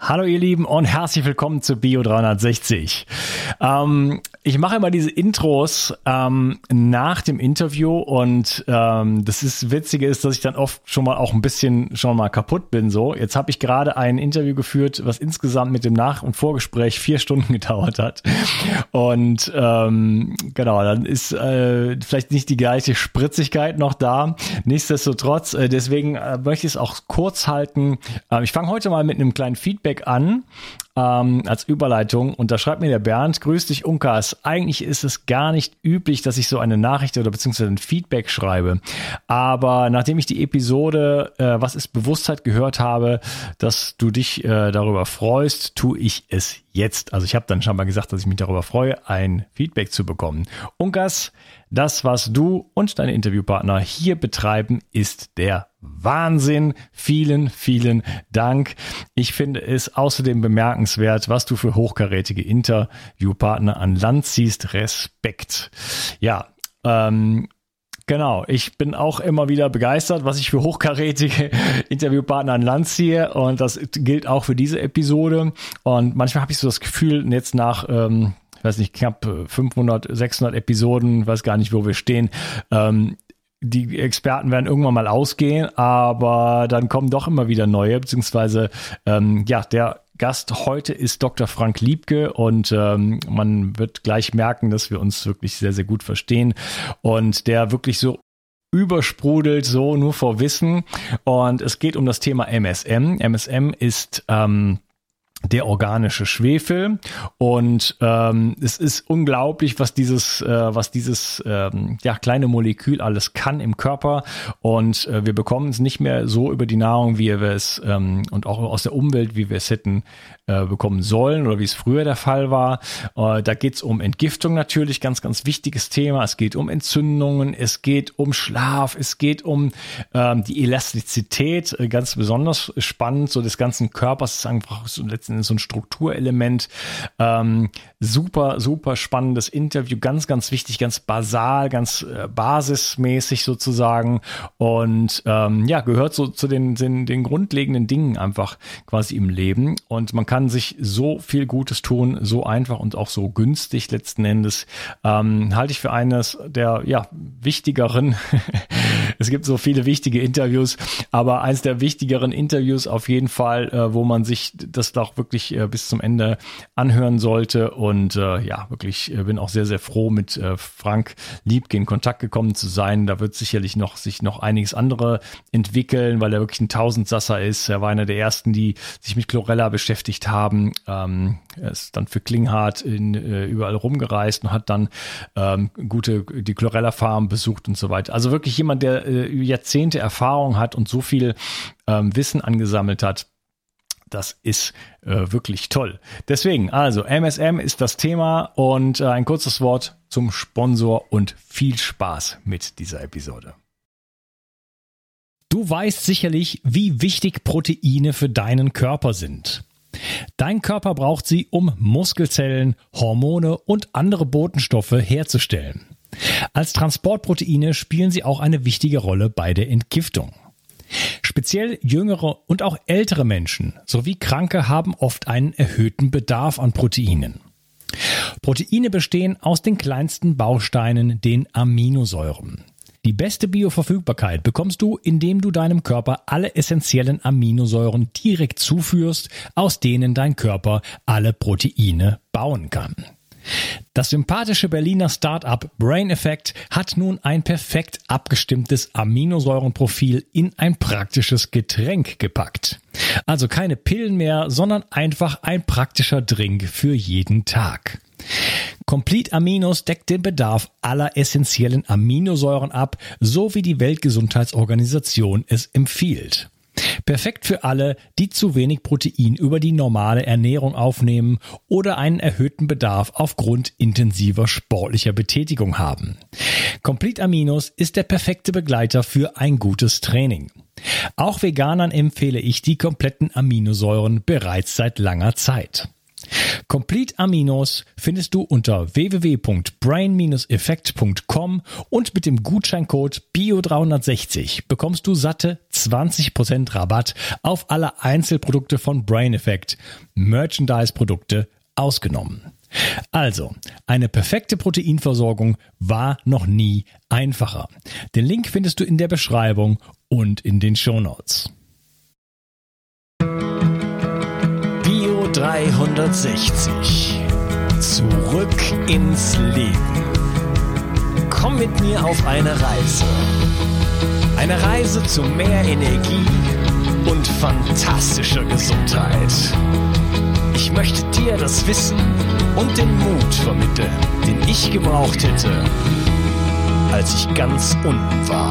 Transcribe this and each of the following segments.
Hallo ihr Lieben und herzlich willkommen zu Bio 360. Ich mache immer diese Intros nach dem Interview und das Witzige ist, dass ich dann oft schon mal auch ein bisschen schon mal kaputt bin. So, jetzt habe ich gerade ein Interview geführt, was insgesamt mit dem Nach- und Vorgespräch 4 Stunden gedauert hat. Und genau, dann ist vielleicht nicht die gleiche Spritzigkeit noch da. Nichtsdestotrotz, deswegen möchte ich es auch kurz halten. Ich fange heute mal mit einem kleinen Feedback an, als Überleitung, und da schreibt mir der Bernd: Grüß dich Unkas, eigentlich ist es gar nicht üblich, dass ich so eine Nachricht oder beziehungsweise ein Feedback schreibe, aber nachdem ich die Episode Was ist Bewusstheit gehört habe, dass du dich darüber freust, tue ich es jetzt. Also ich habe dann schon mal gesagt, dass ich mich darüber freue, ein Feedback zu bekommen. Unkas, das, was du und deine Interviewpartner hier betreiben, ist der Wahnsinn. Vielen, vielen Dank. Ich finde es außerdem bemerkenswert, was du für hochkarätige Interviewpartner an Land ziehst. Respekt. Ja, genau. Ich bin auch immer wieder begeistert, was ich für hochkarätige Interviewpartner an Land ziehe, und das gilt auch für diese Episode. Und manchmal habe ich so das Gefühl, jetzt nach ich weiß nicht, knapp 500, 600 Episoden, weiß gar nicht, wo wir stehen. Die Experten werden irgendwann mal ausgehen, aber dann kommen doch immer wieder neue, beziehungsweise, der Gast heute ist Dr. Frank Liebke, und man wird gleich merken, dass wir uns wirklich sehr, sehr gut verstehen und der wirklich so übersprudelt, so nur vor Wissen. Und es geht um das Thema MSM. MSM ist der organische Schwefel, und es ist unglaublich, was dieses kleine Molekül alles kann im Körper, und wir bekommen es nicht mehr so über die Nahrung, wie wir es und auch aus der Umwelt, wie wir es hätten bekommen sollen oder wie es früher der Fall war. Da geht es um Entgiftung natürlich, ganz, ganz wichtiges Thema. Es geht um Entzündungen, es geht um Schlaf, es geht um die Elastizität, ganz besonders spannend, so des ganzen Körpers. Ist einfach so letzten Endes so ein Strukturelement. Super, super spannendes Interview, ganz, ganz wichtig, ganz basal, ganz basismäßig sozusagen, und gehört so zu den grundlegenden Dingen einfach quasi im Leben, und man kann sich so viel Gutes tun, so einfach und auch so günstig letzten Endes. Halte ich für eines der wichtigeren, es gibt so viele wichtige Interviews, aber eines der wichtigeren Interviews auf jeden Fall, wo man sich das doch wirklich bis zum Ende anhören sollte. Und wirklich bin auch sehr, sehr froh, mit Frank Liebke in Kontakt gekommen zu sein. Da wird sicherlich sich noch einiges andere entwickeln, weil er wirklich ein Tausendsasser ist. Er war einer der ersten, die sich mit Chlorella beschäftigt haben. Er ist dann für Klinghardt überall rumgereist und hat dann die Chlorella-Farm besucht und so weiter. Also wirklich jemand, der Jahrzehnte Erfahrung hat und so viel Wissen angesammelt hat. Das ist wirklich toll. Deswegen, also MSM ist das Thema, und ein kurzes Wort zum Sponsor und viel Spaß mit dieser Episode. Du weißt sicherlich, wie wichtig Proteine für deinen Körper sind. Dein Körper braucht sie, um Muskelzellen, Hormone und andere Botenstoffe herzustellen. Als Transportproteine spielen sie auch eine wichtige Rolle bei der Entgiftung. Speziell jüngere und auch ältere Menschen sowie Kranke haben oft einen erhöhten Bedarf an Proteinen. Proteine bestehen aus den kleinsten Bausteinen, den Aminosäuren. Die beste Bioverfügbarkeit bekommst du, indem du deinem Körper alle essentiellen Aminosäuren direkt zuführst, aus denen dein Körper alle Proteine bauen kann. Das sympathische Berliner Start-up Brain Effect hat nun ein perfekt abgestimmtes Aminosäurenprofil in ein praktisches Getränk gepackt. Also keine Pillen mehr, sondern einfach ein praktischer Drink für jeden Tag. Complete Aminos deckt den Bedarf aller essentiellen Aminosäuren ab, so wie die Weltgesundheitsorganisation es empfiehlt. Perfekt für alle, die zu wenig Protein über die normale Ernährung aufnehmen oder einen erhöhten Bedarf aufgrund intensiver sportlicher Betätigung haben. Complete Aminos ist der perfekte Begleiter für ein gutes Training. Auch Veganern empfehle ich die kompletten Aminosäuren bereits seit langer Zeit. Complete Aminos findest du unter www.brain-effekt.com und mit dem Gutscheincode BIO360 bekommst du satte 20% Rabatt auf alle Einzelprodukte von Brain Effect, Merchandise-Produkte ausgenommen. Also, eine perfekte Proteinversorgung war noch nie einfacher. Den Link findest du in der Beschreibung und in den Shownotes. Bio 360. Zurück ins Leben. Komm mit mir auf eine Reise. Eine Reise zu mehr Energie und fantastischer Gesundheit. Ich möchte dir das Wissen und den Mut vermitteln, den ich gebraucht hätte, als ich ganz unten war.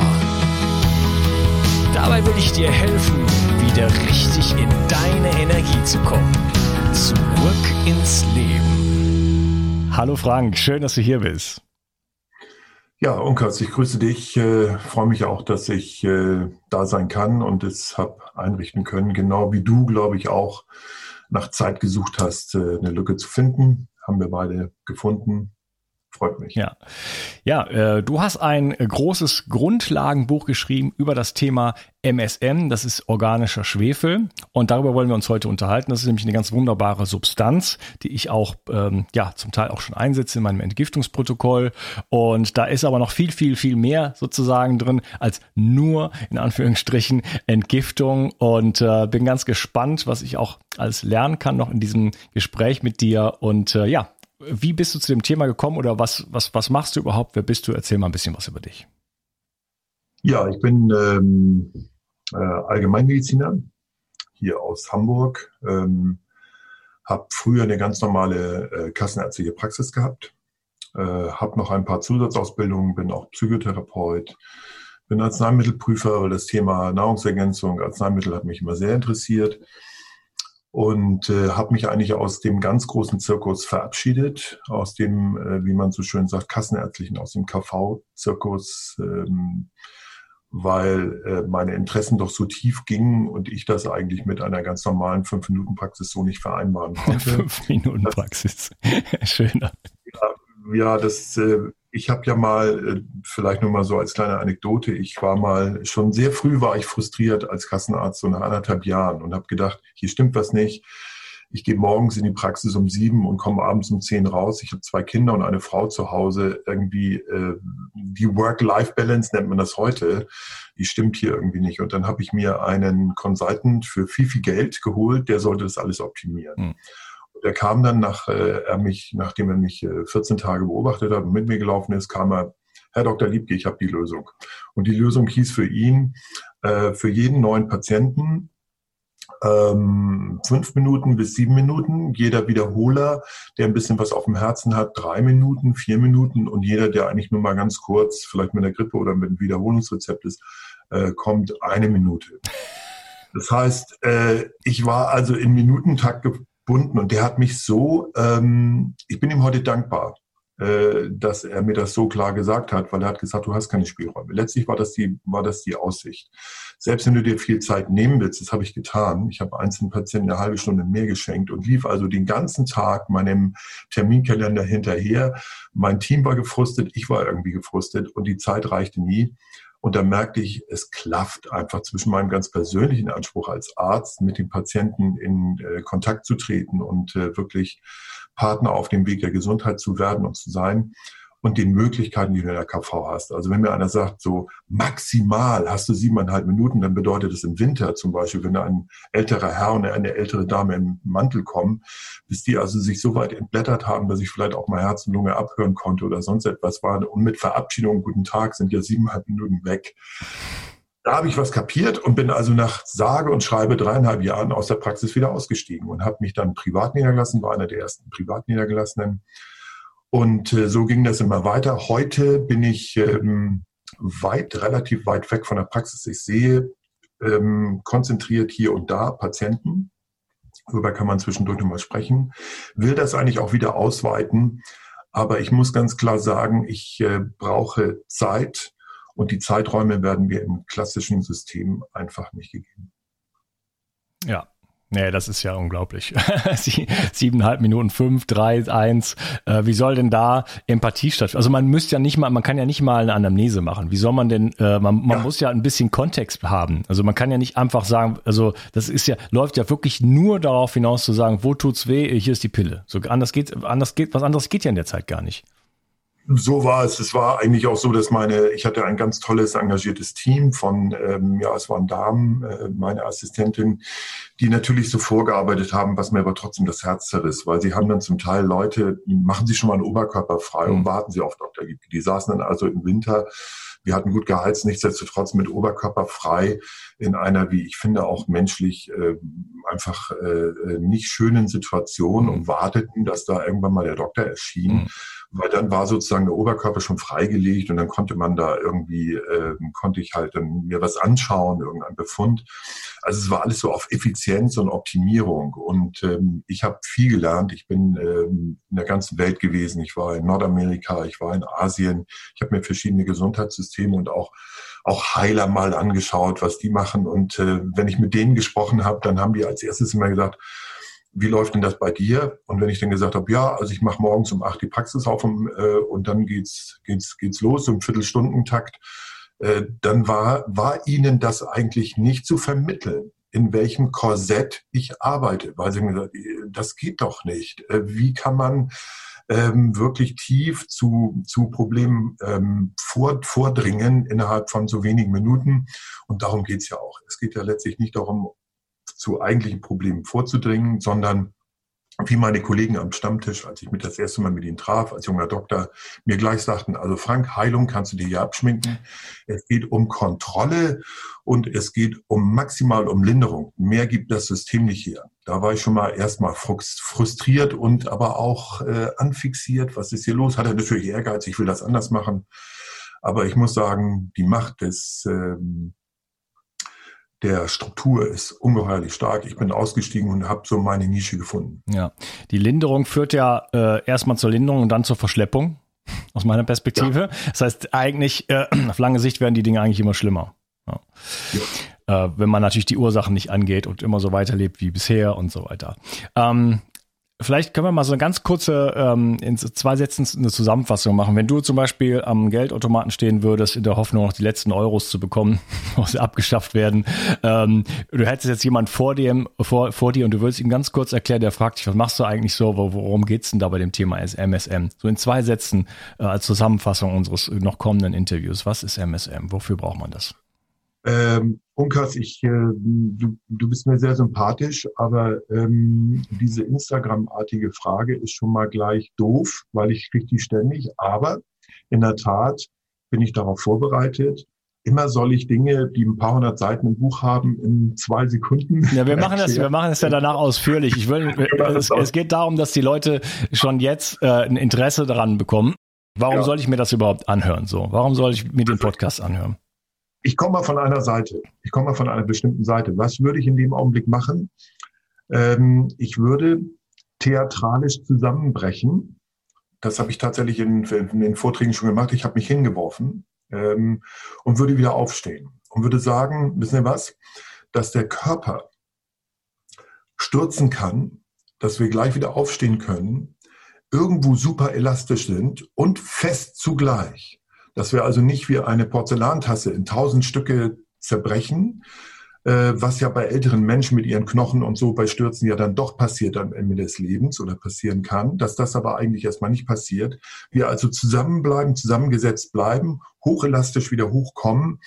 Dabei will ich dir helfen, wieder richtig in deine Energie zu kommen. Zurück ins Leben. Hallo Frank, schön, dass du hier bist. Ja, Unkas, ich grüße dich. Freue mich auch, dass ich da sein kann und es habe einrichten können. Genau wie du, glaube ich, auch nach Zeit gesucht hast, eine Lücke zu finden. Haben wir beide gefunden. Freut mich. Ja, du hast ein großes Grundlagenbuch geschrieben über das Thema MSM, das ist organischer Schwefel, und darüber wollen wir uns heute unterhalten. Das ist nämlich eine ganz wunderbare Substanz, die ich auch zum Teil auch schon einsetze in meinem Entgiftungsprotokoll, und da ist aber noch viel mehr sozusagen drin als nur in Anführungsstrichen Entgiftung, und bin ganz gespannt, was ich auch alles lernen kann noch in diesem Gespräch mit dir. Und wie bist du zu dem Thema gekommen oder was machst du überhaupt? Wer bist du? Erzähl mal ein bisschen was über dich. Ja, ich bin Allgemeinmediziner hier aus Hamburg. Habe früher eine ganz normale kassenärztliche Praxis gehabt. Habe noch ein paar Zusatzausbildungen, bin auch Psychotherapeut, bin Arzneimittelprüfer, weil das Thema Nahrungsergänzung, Arzneimittel hat mich immer sehr interessiert. Und habe mich eigentlich aus dem ganz großen Zirkus verabschiedet, aus dem, wie man so schön sagt, kassenärztlichen, aus dem KV-Zirkus, weil meine Interessen doch so tief gingen und ich das eigentlich mit einer ganz normalen 5-Minuten-Praxis so nicht vereinbaren konnte. 5-Minuten-Praxis, schöner. Ja, ich habe ja mal, vielleicht nur mal so als kleine Anekdote, schon sehr früh war ich frustriert als Kassenarzt, so nach 1,5 Jahren, und habe gedacht, hier stimmt was nicht. Ich gehe morgens in die Praxis um 7 und komme abends um 10 raus. Ich habe 2 Kinder und eine Frau zu Hause. Irgendwie die Work-Life-Balance nennt man das heute. Die stimmt hier irgendwie nicht. Und dann habe ich mir einen Consultant für viel Geld geholt, der sollte das alles optimieren. Der kam dann, nachdem er mich 14 Tage beobachtet hat und mit mir gelaufen ist, kam er: Herr Dr. Liebke, ich habe die Lösung. Und die Lösung hieß für ihn, für jeden neuen Patienten 5 Minuten bis 7 Minuten, jeder Wiederholer, der ein bisschen was auf dem Herzen hat, 3 Minuten, 4 Minuten, und jeder, der eigentlich nur mal ganz kurz, vielleicht mit einer Grippe oder mit einem Wiederholungsrezept ist, kommt 1 Minute. Das heißt, ich war also in Minutentakt gebunden, und der hat mich so, ich bin ihm heute dankbar, dass er mir das so klar gesagt hat, weil er hat gesagt, du hast keine Spielräume. Letztlich war das die Aussicht. Selbst wenn du dir viel Zeit nehmen willst, das habe ich getan. Ich habe einzelnen Patienten eine halbe Stunde mehr geschenkt und lief also den ganzen Tag meinem Terminkalender hinterher. Mein Team war gefrustet, ich war irgendwie gefrustet, und die Zeit reichte nie. Und da merkte ich, es klafft einfach zwischen meinem ganz persönlichen Anspruch als Arzt, mit dem Patienten in Kontakt zu treten und wirklich Partner auf dem Weg der Gesundheit zu werden und zu sein, und den Möglichkeiten, die du in der KV hast. Also wenn mir einer sagt, so maximal hast du 7,5 Minuten, dann bedeutet das im Winter zum Beispiel, wenn da ein älterer Herr und eine ältere Dame im Mantel kommen, bis die also sich so weit entblättert haben, dass ich vielleicht auch mal Herz und Lunge abhören konnte oder sonst etwas war. Und mit Verabschiedung, guten Tag, sind ja 7,5 Minuten weg. Da habe ich was kapiert und bin also nach sage und schreibe 3,5 Jahren aus der Praxis wieder ausgestiegen und habe mich dann privat niedergelassen, war einer der ersten privat Niedergelassenen. Und so ging das immer weiter. Heute bin ich relativ weit weg von der Praxis. Ich sehe konzentriert hier und da Patienten. Darüber kann man zwischendurch nochmal sprechen. Will das eigentlich auch wieder ausweiten. Aber ich muss ganz klar sagen, ich brauche Zeit. Und die Zeiträume werden mir im klassischen System einfach nicht gegeben. Ja. Nee, das ist ja unglaublich. 7,5 Minuten, 5, 3, 1. Wie soll denn da Empathie stattfinden? Also man kann ja nicht mal eine Anamnese machen. Wie soll man denn, man muss ja ein bisschen Kontext haben. Also man kann ja nicht einfach sagen, also das läuft ja wirklich nur darauf hinaus zu sagen, wo tut's weh, hier ist die Pille. Was anderes geht ja in der Zeit gar nicht. So war es. Es war eigentlich auch so, dass ich hatte ein ganz tolles, engagiertes Team von, es waren Damen, meine Assistentin, die natürlich so vorgearbeitet haben, was mir aber trotzdem das Herz zerriss, weil sie haben dann zum Teil Leute, machen Sie schon mal einen Oberkörper frei und warten Sie auf Dr. Liebke. Die saßen dann also im Winter, wir hatten gut geheizt, nichtsdestotrotz mit Oberkörper frei in einer, wie ich finde, auch menschlich einfach nicht schönen Situation und warteten, dass da irgendwann mal der Doktor erschien. Weil dann war sozusagen der Oberkörper schon freigelegt und dann konnte man da irgendwie, konnte ich halt dann mir was anschauen, irgendein Befund. Also es war alles so auf Effizienz und Optimierung und ich habe viel gelernt. Ich bin in der ganzen Welt gewesen. Ich war in Nordamerika, ich war in Asien. Ich habe mir verschiedene Gesundheitssysteme und auch Heiler mal angeschaut, was die machen. Und wenn ich mit denen gesprochen habe, dann haben die als erstes immer gesagt, wie läuft denn das bei dir? Und wenn ich dann gesagt habe, ja, also ich mache morgens um 8 die Praxis auf und dann geht's los, im Viertelstundentakt, dann war ihnen das eigentlich nicht zu vermitteln, in welchem Korsett ich arbeite. Weil sie mir gesagt haben, das geht doch nicht. Wie kann man wirklich tief zu Problemen vordringen innerhalb von so wenigen Minuten? Und darum geht's ja auch. Es geht ja letztlich nicht darum, zu eigentlichen Problemen vorzudringen, sondern wie meine Kollegen am Stammtisch, als ich das erste Mal mit ihnen traf, als junger Doktor, mir gleich sagten, also Frank, Heilung kannst du dir hier abschminken. Es geht um Kontrolle und es geht maximal um Linderung. Mehr gibt das System nicht her. Da war ich schon mal erstmal frustriert und aber auch anfixiert. Was ist hier los? Hat er natürlich Ehrgeiz, ich will das anders machen. Aber ich muss sagen, die Macht der Struktur ist ungeheuerlich stark. Ich bin ausgestiegen und habe so meine Nische gefunden. Ja, die Linderung führt ja erstmal zur Linderung und dann zur Verschleppung, aus meiner Perspektive. Ja. Das heißt, eigentlich auf lange Sicht werden die Dinge eigentlich immer schlimmer. Ja. Ja. Wenn man natürlich die Ursachen nicht angeht und immer so weiterlebt wie bisher und so weiter. Vielleicht können wir mal so eine ganz kurze, in 2 Sätzen eine Zusammenfassung machen. Wenn du zum Beispiel am Geldautomaten stehen würdest, in der Hoffnung, noch die letzten Euros zu bekommen, wo sie abgeschafft werden, du hättest jetzt jemand vor dir und du würdest ihm ganz kurz erklären, der fragt dich, was machst du eigentlich so, worum geht's denn da bei dem Thema MSM? So in 2 Sätzen als Zusammenfassung unseres noch kommenden Interviews. Was ist MSM? Wofür braucht man das? Unkas, du bist mir sehr sympathisch, aber diese Instagram-artige Frage ist schon mal gleich doof, weil ich kriege die ständig. Aber in der Tat bin ich darauf vorbereitet. Immer soll ich Dinge, die ein paar hundert Seiten im Buch haben, in 2 Sekunden. Ja, wir machen das ja danach ausführlich. Es geht darum, dass die Leute schon jetzt ein Interesse daran bekommen. Warum soll ich mir das überhaupt anhören? So, warum soll ich mir den Podcast anhören? Ich komme mal von einer Seite. Ich komme mal von einer bestimmten Seite. Was würde ich in dem Augenblick machen? Ich würde theatralisch zusammenbrechen. Das habe ich tatsächlich in den Vorträgen schon gemacht. Ich habe mich hingeworfen und würde wieder aufstehen und würde sagen, wissen Sie was? Dass der Körper stürzen kann, dass wir gleich wieder aufstehen können, irgendwo super elastisch sind und fest zugleich. Dass wir also nicht wie eine Porzellantasse in 1000 Stücke zerbrechen, was ja bei älteren Menschen mit ihren Knochen und so bei Stürzen ja dann doch passiert am Ende des Lebens oder passieren kann, dass das aber eigentlich erstmal nicht passiert. Wir also zusammenbleiben, zusammengesetzt bleiben, hochelastisch wieder hochkommen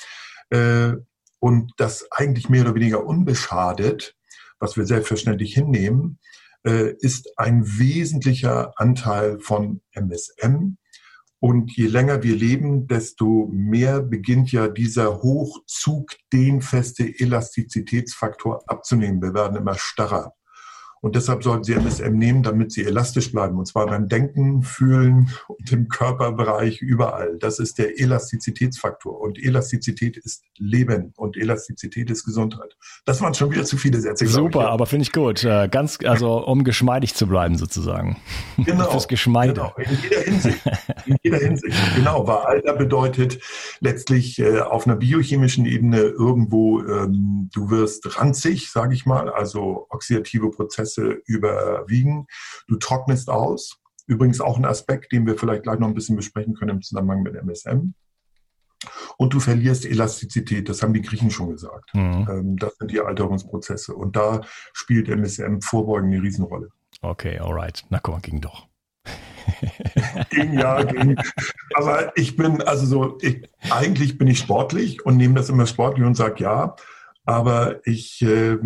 und das eigentlich mehr oder weniger unbeschadet, was wir selbstverständlich hinnehmen, ist ein wesentlicher Anteil von MSM. Und je länger wir leben, desto mehr beginnt ja dieser Hochzug, dehnfeste Elastizitätsfaktor abzunehmen. Wir werden immer starrer. Und deshalb sollten Sie MSM nehmen, damit Sie elastisch bleiben. Und zwar beim Denken, Fühlen und im Körperbereich überall. Das ist der Elastizitätsfaktor. Und Elastizität ist Leben und Elastizität ist Gesundheit. Das waren schon wieder zu viele Sätze, glaube ich. Super, aber finde ich gut. Also um geschmeidig zu bleiben sozusagen. Genau. Fürs Geschmeide. Genau. In jeder Hinsicht. In jeder Hinsicht. Genau. Weil Alter bedeutet letztlich auf einer biochemischen Ebene irgendwo, du wirst ranzig, sage ich mal, also oxidative Prozesse überwiegen. Du trocknest aus. Übrigens auch ein Aspekt, den wir vielleicht gleich noch ein bisschen besprechen können im Zusammenhang mit MSM. Und du verlierst Elastizität, das haben die Griechen schon gesagt. Das sind die Alterungsprozesse. Und da spielt MSM vorbeugend eine Riesenrolle. Okay, alright. Na guck mal, ging doch. ging. Aber eigentlich bin ich sportlich und nehme das immer sportlich und sage ja. Aber ich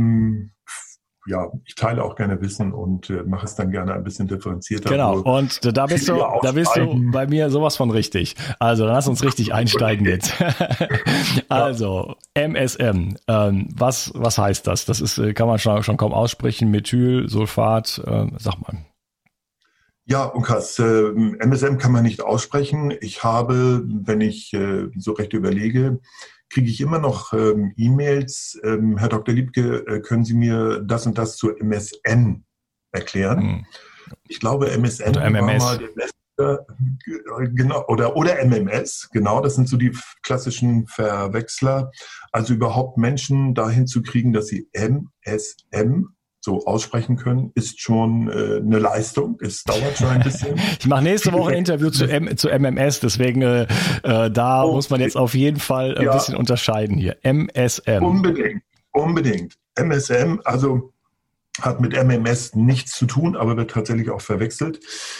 teile auch gerne Wissen und mache es dann gerne ein bisschen differenzierter. Genau, und da bist du bei mir sowas von richtig. Also, dann lass uns richtig einsteigen jetzt. Also, MSM, was heißt das? Das ist, kann man schon kaum aussprechen, Methylsulfat, sag mal. Ja, Unkas, MSM kann man nicht aussprechen. Ich habe, wenn ich so recht überlege, kriege ich immer noch E-Mails. Herr Dr. Liebke, können Sie mir das und das zu MSN erklären? Ich glaube, MSN war mal der beste, genau, oder MMS, genau, das sind so die klassischen Verwechsler. Also überhaupt Menschen dahin zu kriegen, dass sie MSM so aussprechen können, ist schon eine Leistung. Es dauert schon ein bisschen. Ich mache nächste Woche ein Interview zu MMS, deswegen muss man jetzt auf jeden Fall ein bisschen unterscheiden hier. MSM. Unbedingt. MSM, also hat mit MMS nichts zu tun, aber wird tatsächlich auch verwechselt.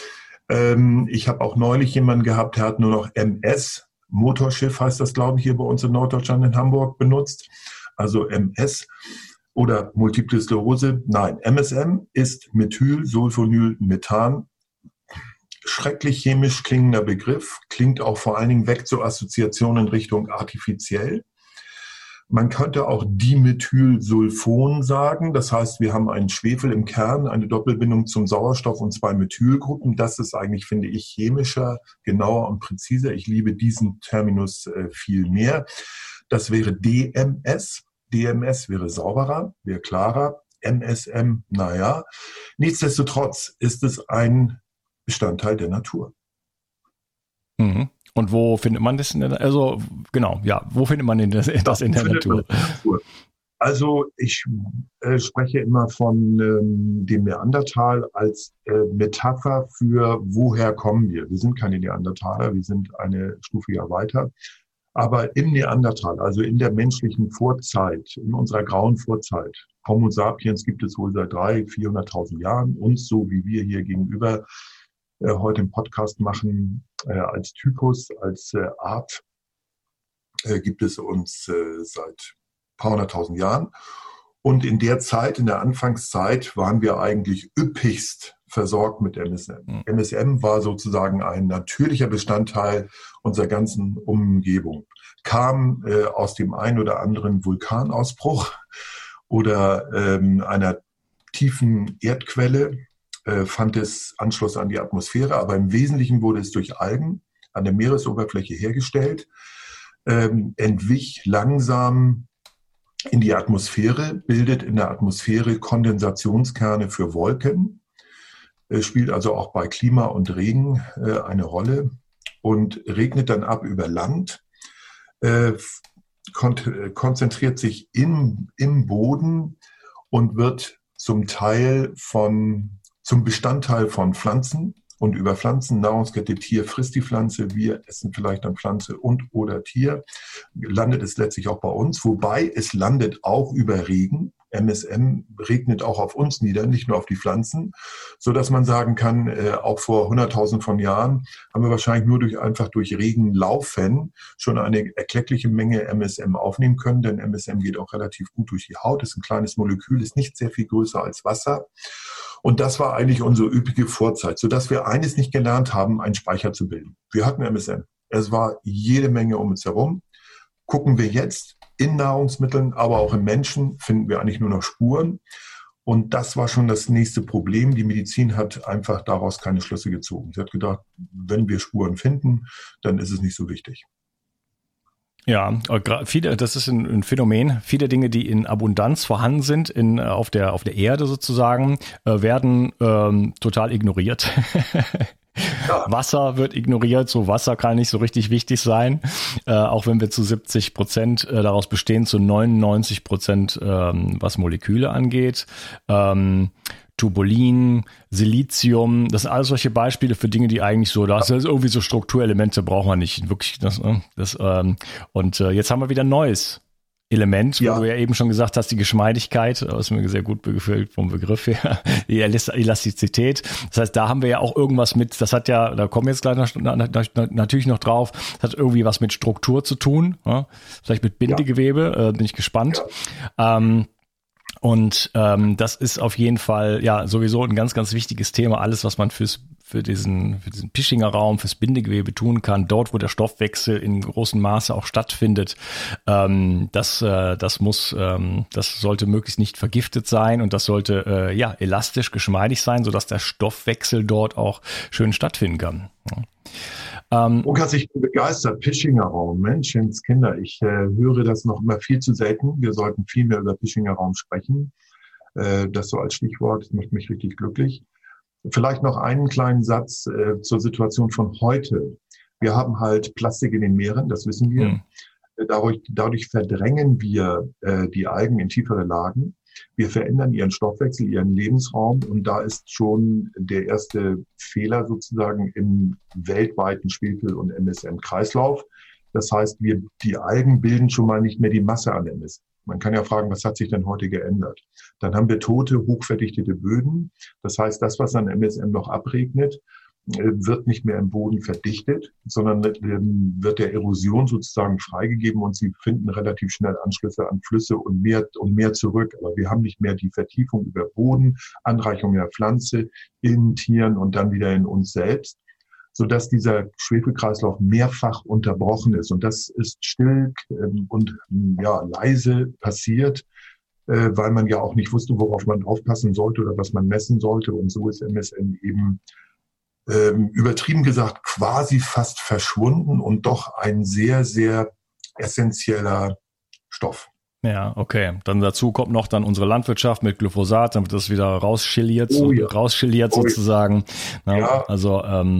Ich habe auch neulich jemanden gehabt, der hat nur noch MS, Motorschiff heißt das, glaube ich, hier bei uns in Norddeutschland in Hamburg benutzt. Also MS. Oder Multiple Sklerose. Nein, MSM ist Methylsulfonylmethan. Schrecklich chemisch klingender Begriff, klingt auch vor allen Dingen weg zur Assoziation in Richtung artifiziell. Man könnte auch Dimethylsulfon sagen. Das heißt, wir haben einen Schwefel im Kern, eine Doppelbindung zum Sauerstoff und 2 Methylgruppen. Das ist eigentlich, finde ich, chemischer, genauer und präziser. Ich liebe diesen Terminus viel mehr. Das wäre DMS. DMS wäre sauberer, wäre klarer. MSM, naja. Nichtsdestotrotz ist es ein Bestandteil der Natur. Und wo findet man das in der Natur? Also, genau, ja, wo findet man das in der Natur? Also, ich spreche immer von dem Neandertal als Metapher für woher kommen wir. Wir sind keine Neandertaler, wir sind eine Stufe ja weiter. Aber im Neandertal, also in der menschlichen Vorzeit, in unserer grauen Vorzeit, Homo sapiens gibt es wohl seit 300.000, 400.000 Jahren. Uns, so wie wir hier gegenüber heute im Podcast machen, als Typus, als Art, gibt es uns seit ein paar 100.000 Jahren. Und in der Zeit, in der Anfangszeit, waren wir eigentlich üppigst versorgt mit MSM. MSM war sozusagen ein natürlicher Bestandteil unserer ganzen Umgebung. Kam aus dem einen oder anderen Vulkanausbruch oder einer tiefen Erdquelle, fand es Anschluss an die Atmosphäre, aber im Wesentlichen wurde es durch Algen an der Meeresoberfläche hergestellt, entwich langsam in die Atmosphäre, bildet in der Atmosphäre Kondensationskerne für Wolken, spielt also auch bei Klima und Regen eine Rolle und regnet dann ab über Land, konzentriert sich im Boden und wird zum Bestandteil von Pflanzen. Und über Pflanzen, Nahrungskette, Tier frisst die Pflanze, wir essen vielleicht dann Pflanze und oder Tier, landet es letztlich auch bei uns, wobei es landet auch über Regen. MSM regnet auch auf uns nieder, nicht nur auf die Pflanzen, so dass man sagen kann, auch vor 100.000 von Jahren haben wir wahrscheinlich einfach durch Regen laufen schon eine erkleckliche Menge MSM aufnehmen können, denn MSM geht auch relativ gut durch die Haut, ist ein kleines Molekül, ist nicht sehr viel größer als Wasser. Und das war eigentlich unsere üppige Vorzeit, sodass wir eines nicht gelernt haben, einen Speicher zu bilden. Wir hatten MSM. Es war jede Menge um uns herum. Gucken wir jetzt in Nahrungsmitteln, aber auch im Menschen finden wir eigentlich nur noch Spuren. Und das war schon das nächste Problem. Die Medizin hat einfach daraus keine Schlüsse gezogen. Sie hat gedacht, wenn wir Spuren finden, dann ist es nicht so wichtig. Ja, das ist ein Phänomen. Viele Dinge, die in Abundanz vorhanden sind, auf der Erde sozusagen, werden total ignoriert. Ja. Wasser wird ignoriert, so Wasser kann nicht so richtig wichtig sein, auch wenn wir zu 70% daraus bestehen, zu 99%, was Moleküle angeht. Tubulin, Silizium, das sind alles solche Beispiele für Dinge, die eigentlich so, das ist irgendwie so Strukturelemente brauchen wir nicht, wirklich und jetzt haben wir wieder ein neues Element, wo du ja eben schon gesagt hast, die Geschmeidigkeit, das ist mir sehr gut gefällt vom Begriff her, die Elastizität. Das heißt, da haben wir ja auch irgendwas mit, das hat ja, da kommen wir jetzt gleich natürlich noch drauf, das hat irgendwie was mit Struktur zu tun, ja? Vielleicht mit Bindegewebe, bin ich gespannt. Ja. Und das ist auf jeden Fall ja sowieso ein ganz, ganz wichtiges Thema. Alles, was man für diesen Pischinger Raum, fürs Bindegewebe tun kann, dort, wo der Stoffwechsel in großem Maße auch stattfindet, das sollte möglichst nicht vergiftet sein und das sollte elastisch, geschmeidig sein, sodass der Stoffwechsel dort auch schön stattfinden kann. Ja. Lukas, ich bin begeistert. Pischinger Raum, Menschenskinder. Ich höre das noch immer viel zu selten. Wir sollten viel mehr über Pischinger Raum sprechen. Das so als Stichwort, das macht mich richtig glücklich. Vielleicht noch einen kleinen Satz zur Situation von heute. Wir haben halt Plastik in den Meeren, das wissen wir. Dadurch verdrängen wir die Algen in tiefere Lagen. Wir verändern ihren Stoffwechsel, ihren Lebensraum und da ist schon der erste Fehler sozusagen im weltweiten Schwefel- und MSM-Kreislauf. Das heißt, die Algen bilden schon mal nicht mehr die Masse an MSM. Man kann ja fragen, was hat sich denn heute geändert? Dann haben wir tote, hochverdichtete Böden. Das heißt, das, was an MSM noch abregnet, wird nicht mehr im Boden verdichtet, sondern wird der Erosion sozusagen freigegeben und sie finden relativ schnell Anschlüsse an Flüsse und mehr zurück. Aber wir haben nicht mehr die Vertiefung über Boden, Anreichung der Pflanze in Tieren und dann wieder in uns selbst, sodass dieser Schwefelkreislauf mehrfach unterbrochen ist. Und das ist still und leise passiert, weil man ja auch nicht wusste, worauf man aufpassen sollte oder was man messen sollte. Und so ist MSM eben übertrieben gesagt quasi fast verschwunden und doch ein sehr, sehr essentieller Stoff. Ja, okay. Dann dazu kommt noch dann unsere Landwirtschaft mit Glyphosat, dann wird das wieder rausschilliert sozusagen. Ja. Also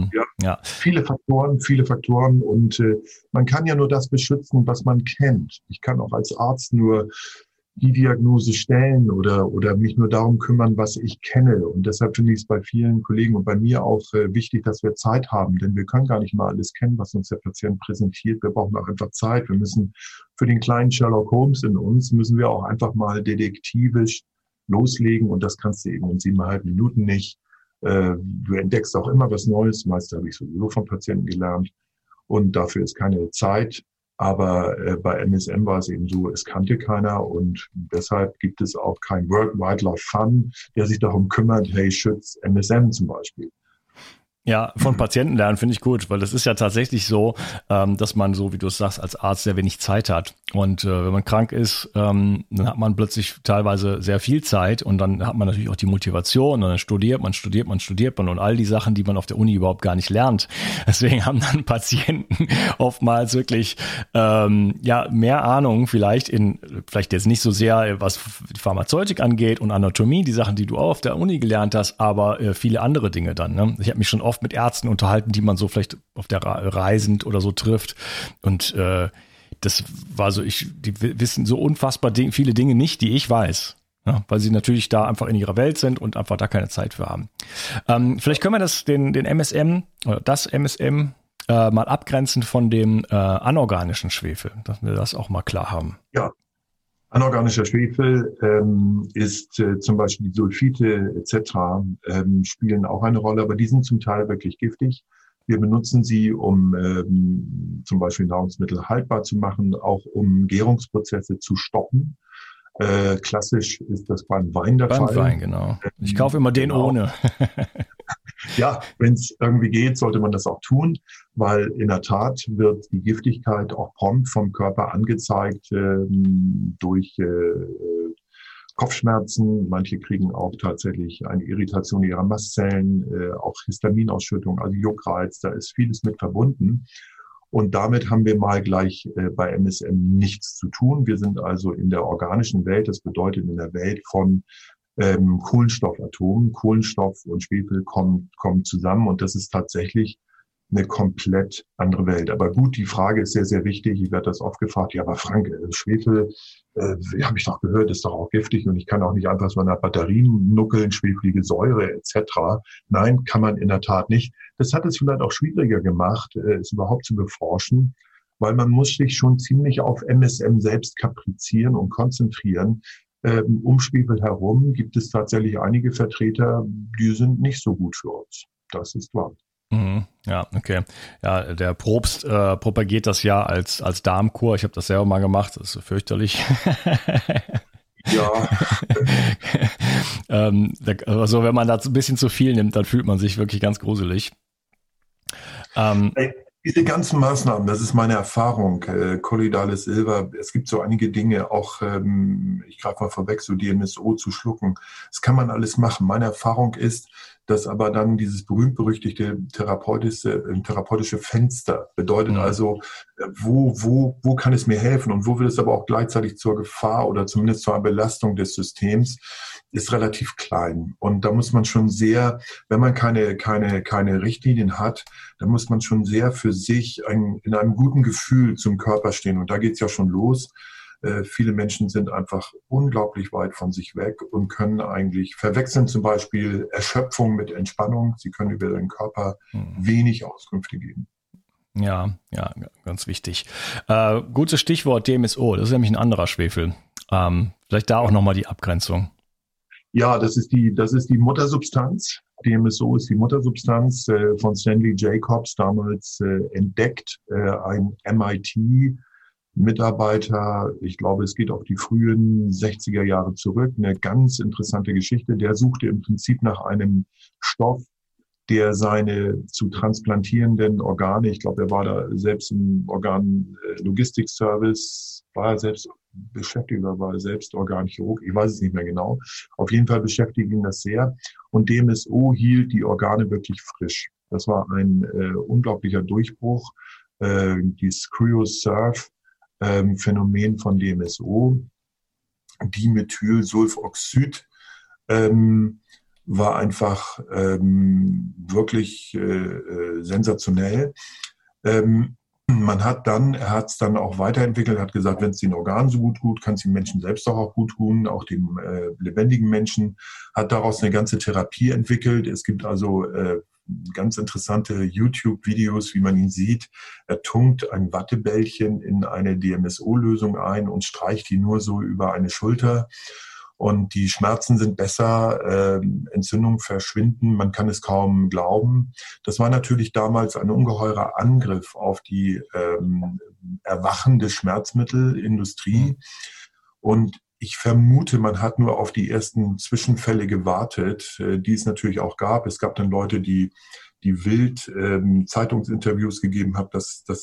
viele Faktoren und man kann ja nur das beschützen, was man kennt. Ich kann auch als Arzt nur die Diagnose stellen oder mich nur darum kümmern, was ich kenne. Und deshalb finde ich es bei vielen Kollegen und bei mir auch wichtig, dass wir Zeit haben, denn wir können gar nicht mal alles kennen, was uns der Patient präsentiert. Wir brauchen auch einfach Zeit. Wir müssen für den kleinen Sherlock Holmes in uns, müssen wir auch einfach mal detektivisch loslegen und das kannst du eben in 7,5 Minuten nicht. Du entdeckst auch immer was Neues. Meist habe ich sowieso von Patienten gelernt und dafür ist keine Zeit. Aber bei MSM war es eben so, es kannte keiner und deshalb gibt es auch kein World Wildlife Fund, der sich darum kümmert, hey, schützt MSM zum Beispiel. Ja, von Patienten lernen finde ich gut, weil das ist ja tatsächlich so, dass man so, wie du es sagst, als Arzt sehr wenig Zeit hat. Und wenn man krank ist, dann hat man plötzlich teilweise sehr viel Zeit und dann hat man natürlich auch die Motivation und dann studiert man und all die Sachen, die man auf der Uni überhaupt gar nicht lernt. Deswegen haben dann Patienten oftmals wirklich mehr Ahnung vielleicht jetzt nicht so sehr, was die Pharmazeutik angeht und Anatomie, die Sachen, die du auch auf der Uni gelernt hast, aber viele andere Dinge dann. Ne? Ich habe mich schon oft mit Ärzten unterhalten, die man so vielleicht auf der reisend oder so trifft. Und das war so, die wissen so unfassbar viele Dinge nicht, die ich weiß. Ja, weil sie natürlich da einfach in ihrer Welt sind und einfach da keine Zeit für haben. Vielleicht können wir den MSM oder das MSM mal abgrenzen von dem anorganischen Schwefel, dass wir das auch mal klar haben. Ja. Anorganischer Schwefel ist zum Beispiel die Sulfite etc. Spielen auch eine Rolle, aber die sind zum Teil wirklich giftig. Wir benutzen sie, um zum Beispiel Nahrungsmittel haltbar zu machen, auch um Gärungsprozesse zu stoppen. Klassisch ist das beim Wein der Fall. Beim Wein, genau. Ich kaufe immer den ohne. Ja, wenn es irgendwie geht, sollte man das auch tun, weil in der Tat wird die Giftigkeit auch prompt vom Körper angezeigt durch Kopfschmerzen, manche kriegen auch tatsächlich eine Irritation ihrer Mastzellen, auch Histaminausschüttung, also Juckreiz, da ist vieles mit verbunden. Und damit haben wir mal gleich bei MSM nichts zu tun. Wir sind also in der organischen Welt, das bedeutet in der Welt von Kohlenstoffatomen. Kohlenstoff und Schwefel kommen zusammen und das ist tatsächlich eine komplett andere Welt. Aber gut, die Frage ist sehr, sehr wichtig. Ich werde das oft gefragt, ja, aber Frank, Schwefel, habe ich doch gehört, ist doch auch giftig und ich kann auch nicht einfach so an der Batterien nuckeln, schwefelige Säure etc. Nein, kann man in der Tat nicht. Das hat es vielleicht auch schwieriger gemacht, es überhaupt zu beforschen, weil man muss sich schon ziemlich auf MSM selbst kaprizieren und konzentrieren. Um Schwefel herum gibt es tatsächlich einige Vertreter, die sind nicht so gut für uns. Das ist wahr. Ja, okay. Ja, der Probst propagiert das ja als Darmkur. Ich habe das selber mal gemacht. Das ist so fürchterlich. Ja. Also wenn man da ein bisschen zu viel nimmt, dann fühlt man sich wirklich ganz gruselig. Diese ganzen Maßnahmen, das ist meine Erfahrung, kolloidales Silber, es gibt so einige Dinge, auch, ich greife mal vorweg, so DMSO zu schlucken, das kann man alles machen. Meine Erfahrung ist, dass aber dann dieses berühmt-berüchtigte therapeutische Fenster bedeutet also, wo kann es mir helfen und wo wird es aber auch gleichzeitig zur Gefahr oder zumindest zur Belastung des Systems, ist relativ klein. Und da muss man schon sehr, wenn man keine Richtlinien hat, dann muss man schon sehr für sich in einem guten Gefühl zum Körper stehen. Und da geht's ja schon los. Viele Menschen sind einfach unglaublich weit von sich weg und können eigentlich verwechseln zum Beispiel Erschöpfung mit Entspannung. Sie können über den Körper wenig Auskünfte geben. Ja, ganz wichtig. Gutes Stichwort DMSO, das ist nämlich ein anderer Schwefel. Vielleicht da auch nochmal die Abgrenzung. Ja, das ist die Muttersubstanz. DMSO ist die Muttersubstanz von Stanley Jacobs, damals entdeckt, ein MIT-Mitarbeiter, ich glaube, es geht auf die frühen 60er Jahre zurück, eine ganz interessante Geschichte. Der suchte im Prinzip nach einem Stoff, der seine zu transplantierenden Organe, ich glaube, er war da selbst im Organ-Logistik-Service, war er selbst beschäftigt oder war er selbst Organchirurg, ich weiß es nicht mehr genau. Auf jeden Fall beschäftigt ihn das sehr. Und DMSO hielt die Organe wirklich frisch. Das war ein unglaublicher Durchbruch. Dieses Cryosurf-Phänomen von DMSO, Dimethylsulfoxid, war einfach wirklich sensationell. Er hat es dann auch weiterentwickelt, hat gesagt, wenn es den Organen so gut tut, kann es den Menschen selbst auch gut tun, auch dem lebendigen Menschen, hat daraus eine ganze Therapie entwickelt. Es gibt also ganz interessante YouTube-Videos, wie man ihn sieht. Er tunkt ein Wattebällchen in eine DMSO-Lösung ein und streicht die nur so über eine Schulter. Und die Schmerzen sind besser, Entzündungen verschwinden, man kann es kaum glauben. Das war natürlich damals ein ungeheurer Angriff auf die erwachende Schmerzmittelindustrie. Und ich vermute, man hat nur auf die ersten Zwischenfälle gewartet, die es natürlich auch gab. Es gab dann Leute, die wild Zeitungsinterviews gegeben haben,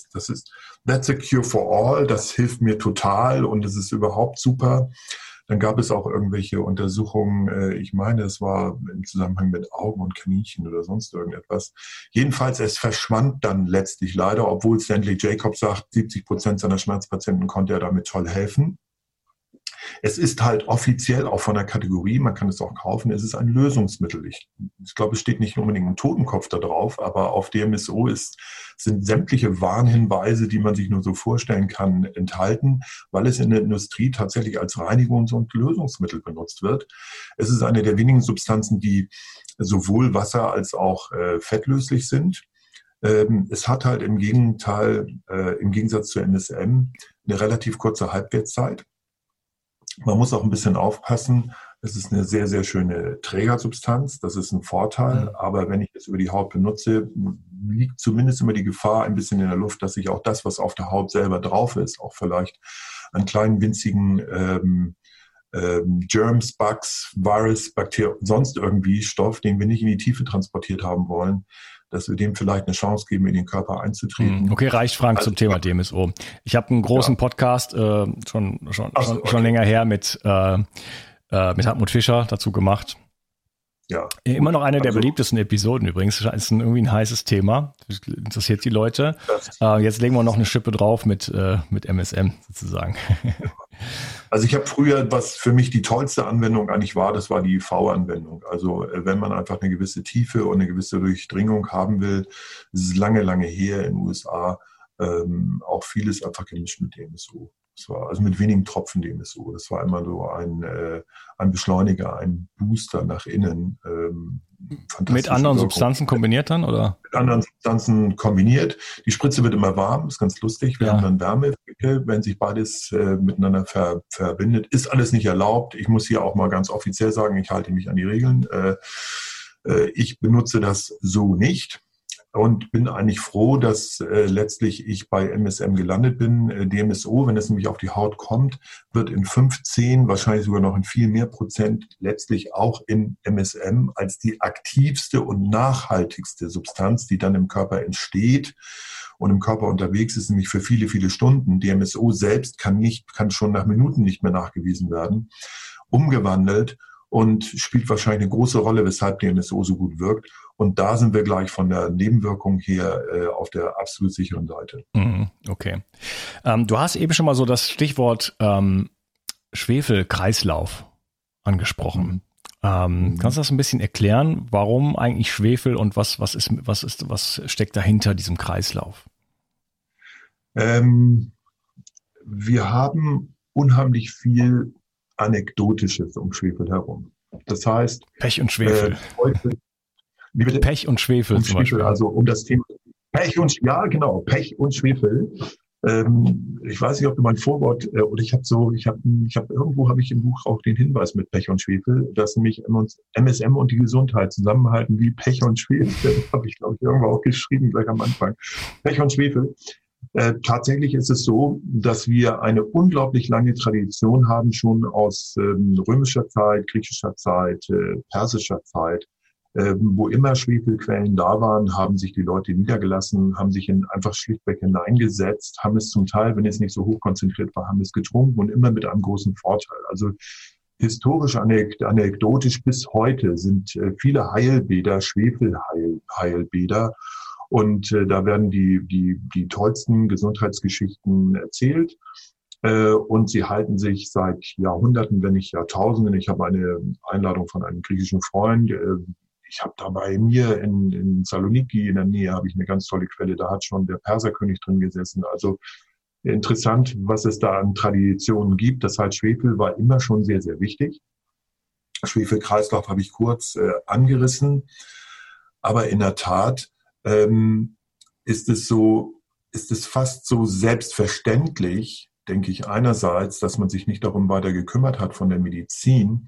that's a cure for all, das hilft mir total und es ist überhaupt super. Dann gab es auch irgendwelche Untersuchungen, ich meine, es war im Zusammenhang mit Augen und Kaninchen oder sonst irgendetwas. Jedenfalls, es verschwand dann letztlich leider, obwohl Stanley Jacobs sagt, 70% seiner Schmerzpatienten konnte er damit toll helfen. Es ist halt offiziell auch von der Kategorie, man kann es auch kaufen, es ist ein Lösungsmittel. Ich glaube, es steht nicht unbedingt ein Totenkopf da drauf, aber auf DMSO sind sämtliche Warnhinweise, die man sich nur so vorstellen kann, enthalten, weil es in der Industrie tatsächlich als Reinigungs- und Lösungsmittel benutzt wird. Es ist eine der wenigen Substanzen, die sowohl wasser- als auch fettlöslich sind. Es hat halt im Gegensatz zu MSM eine relativ kurze Halbwertszeit. Man muss auch ein bisschen aufpassen. Es ist eine sehr, sehr schöne Trägersubstanz. Das ist ein Vorteil. Aber wenn ich es über die Haut benutze, liegt zumindest immer die Gefahr ein bisschen in der Luft, dass sich auch das, was auf der Haut selber drauf ist, auch vielleicht an kleinen winzigen Germs, Bugs, Virus, Bakterien, sonst irgendwie Stoff, den wir nicht in die Tiefe transportiert haben wollen, dass wir dem vielleicht eine Chance geben, in den Körper einzutreten. Okay, reicht, Frank, zum Thema DMSO. Ich habe einen großen Podcast, schon länger her mit mit Hartmut Fischer dazu gemacht. Ja. Immer noch eine der beliebtesten Episoden übrigens. Das ist irgendwie ein heißes Thema. Das interessiert die Leute. Jetzt legen wir noch eine Schippe drauf mit MSM sozusagen. Also ich habe früher, was für mich die tollste Anwendung eigentlich war, das war die V-Anwendung. Also wenn man einfach eine gewisse Tiefe und eine gewisse Durchdringung haben will, das ist lange, lange her in den USA, auch vieles einfach gemischt mit DMSO. Das war also mit wenigen Tropfen DMSO. Das war immer so ein Beschleuniger, ein Booster nach innen. Mit anderen Substanzen kombiniert dann, oder? Mit anderen Substanzen kombiniert. Die Spritze wird immer warm, ist ganz lustig. Wir haben dann Wärmeeffekte, wenn sich beides miteinander verbindet. Ist alles nicht erlaubt. Ich muss hier auch mal ganz offiziell sagen, ich halte mich an die Regeln. Ich benutze das so nicht. Und bin eigentlich froh, dass letztlich ich bei MSM gelandet bin. DMSO, wenn es nämlich auf die Haut kommt, wird in 15, wahrscheinlich sogar noch in viel mehr Prozent letztlich auch in MSM als die aktivste und nachhaltigste Substanz, die dann im Körper entsteht und im Körper unterwegs ist, nämlich für viele, viele Stunden. DMSO selbst kann schon nach Minuten nicht mehr nachgewiesen werden, umgewandelt und spielt wahrscheinlich eine große Rolle, weshalb DMSO so gut wirkt. Und da sind wir gleich von der Nebenwirkung her auf der absolut sicheren Seite. Okay. Du hast eben schon mal so das Stichwort Schwefelkreislauf angesprochen. Kannst du das ein bisschen erklären? Warum eigentlich Schwefel und was steckt dahinter diesem Kreislauf? Wir haben unheimlich viel Anekdotisches um Schwefel herum. Das heißt, Pech und Schwefel. Pech und Schwefel zum Beispiel. Also um das Thema Pech und Schwefel. Ich weiß nicht, ob du mein Vorwort oder irgendwo habe ich im Buch auch den Hinweis mit Pech und Schwefel, dass nämlich MSM und die Gesundheit zusammenhalten wie Pech und Schwefel. Habe ich, glaube ich, irgendwo auch geschrieben, gleich am Anfang. Pech und Schwefel. Tatsächlich ist es so, dass wir eine unglaublich lange Tradition haben, schon aus römischer Zeit, griechischer Zeit, persischer Zeit. Wo immer Schwefelquellen da waren, haben sich die Leute niedergelassen, haben sich einfach schlichtweg hineingesetzt, haben es zum Teil, wenn es nicht so hoch konzentriert war, haben es getrunken und immer mit einem großen Vorteil. Also historisch anekdotisch bis heute sind viele Heilbäder Schwefelheilbäder. Und da werden die tollsten Gesundheitsgeschichten erzählt. Und sie halten sich seit Jahrhunderten, wenn nicht Jahrtausenden. Ich habe eine Einladung von einem griechischen Freund. Ich habe da bei mir in Saloniki in der Nähe habe ich eine ganz tolle Quelle. Da hat schon der Perserkönig drin gesessen. Also interessant, was es da an Traditionen gibt. Das heißt, Schwefel war immer schon sehr, sehr wichtig. Schwefelkreislauf habe ich kurz angerissen. Aber in der Tat ist es fast so selbstverständlich, denke ich einerseits, dass man sich nicht darum weiter gekümmert hat von der Medizin,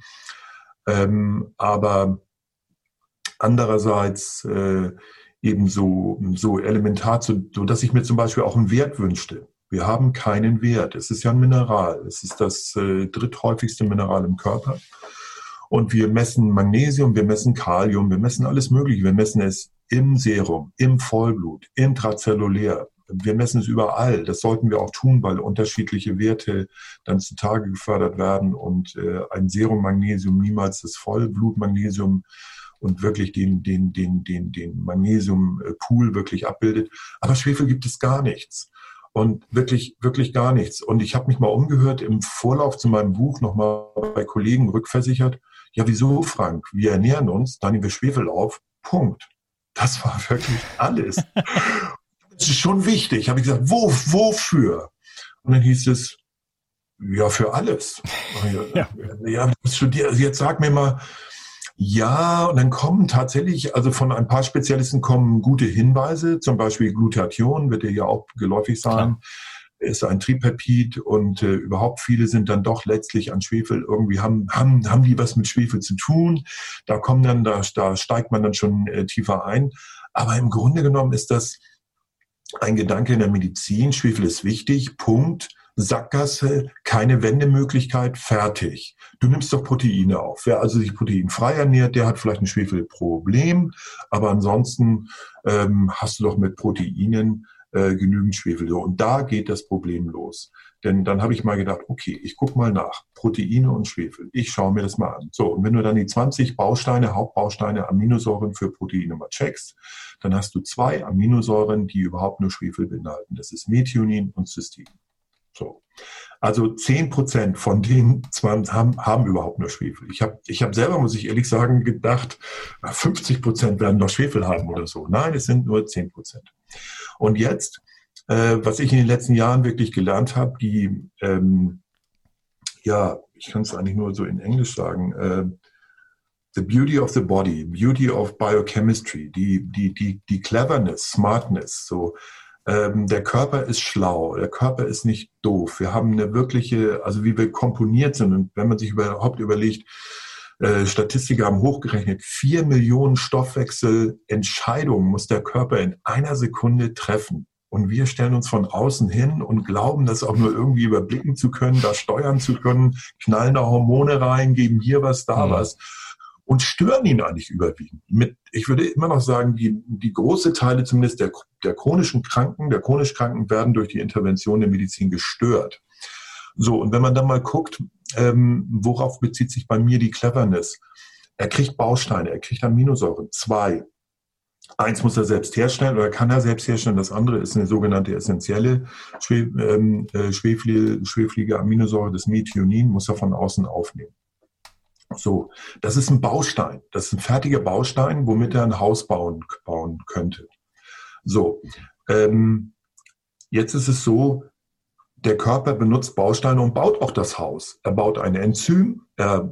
aber andererseits eben so elementar, so dass ich mir zum Beispiel auch einen Wert wünschte. Wir haben keinen Wert. Es ist ja ein Mineral. Es ist das dritthäufigste Mineral im Körper. Und wir messen Magnesium, wir messen Kalium, wir messen alles Mögliche. Wir messen es im Serum, im Vollblut, intrazellulär. Wir messen es überall. Das sollten wir auch tun, weil unterschiedliche Werte dann zutage gefördert werden und ein Serum-Magnesium niemals das Vollblut-Magnesium und wirklich den Magnesium-Pool wirklich abbildet. Aber Schwefel gibt es gar nichts. Und wirklich, wirklich gar nichts. Und ich habe mich mal umgehört im Vorlauf zu meinem Buch, nochmal bei Kollegen rückversichert. Ja, wieso, Frank? Wir ernähren uns, dann nehmen wir Schwefel auf. Punkt. Das war wirklich alles. Das ist schon wichtig. Habe ich gesagt, wofür? Und dann hieß es, ja, für alles. Ja, jetzt sag mir mal, ja, und dann kommen tatsächlich, also von ein paar Spezialisten kommen gute Hinweise, zum Beispiel Glutathion, wird dir ja auch geläufig sein, ist ein Tripeptid und überhaupt viele sind dann doch letztlich an Schwefel irgendwie, haben die was mit Schwefel zu tun, da steigt man dann schon tiefer ein, aber im Grunde genommen ist das ein Gedanke in der Medizin, Schwefel ist wichtig, Punkt. Sackgasse, keine Wendemöglichkeit, fertig. Du nimmst doch Proteine auf. Wer also sich proteinfrei ernährt, der hat vielleicht ein Schwefelproblem, aber ansonsten hast du doch mit Proteinen genügend Schwefel. So, und da geht das Problem los. Denn dann habe ich mal gedacht, okay, ich gucke mal nach. Proteine und Schwefel. Ich schaue mir das mal an. So, und wenn du dann die 20 Hauptbausteine, Aminosäuren für Proteine mal checkst, dann hast du 2 Aminosäuren, die überhaupt nur Schwefel beinhalten. Das ist Methionin und Cystein. So. Also 10% von denen haben überhaupt nur Schwefel. Ich hab selber, muss ich ehrlich sagen, gedacht, 50% werden noch Schwefel haben oder so. Nein, es sind nur 10%. Und jetzt, was ich in den letzten Jahren wirklich gelernt habe, ich kann es eigentlich nur so in Englisch sagen, the beauty of the body, beauty of biochemistry, die Cleverness, Smartness, so. Der Körper ist schlau, der Körper ist nicht doof. Wir haben eine wirkliche, also wie wir komponiert sind, und wenn man sich überhaupt überlegt, Statistiker haben hochgerechnet, 4 Millionen Stoffwechselentscheidungen muss der Körper in einer Sekunde treffen. Und wir stellen uns von außen hin und glauben, das auch nur irgendwie überblicken zu können, da steuern zu können, knallen da Hormone rein, geben hier was, da was. Und stören ihn eigentlich überwiegend. Ich würde immer noch sagen, die große Teile zumindest der chronisch Kranken werden durch die Intervention der Medizin gestört. So, und wenn man dann mal guckt, worauf bezieht sich bei mir die Cleverness? Er kriegt Bausteine, er kriegt Aminosäuren, 2. Eins muss er selbst herstellen oder kann er selbst herstellen. Das andere ist eine sogenannte essentielle schweflige Aminosäure, das Methionin, muss er von außen aufnehmen. So, das ist ein Baustein. Das ist ein fertiger Baustein, womit er ein Haus bauen könnte. So, jetzt ist es so, der Körper benutzt Bausteine und baut auch das Haus. Er baut ein Enzym, er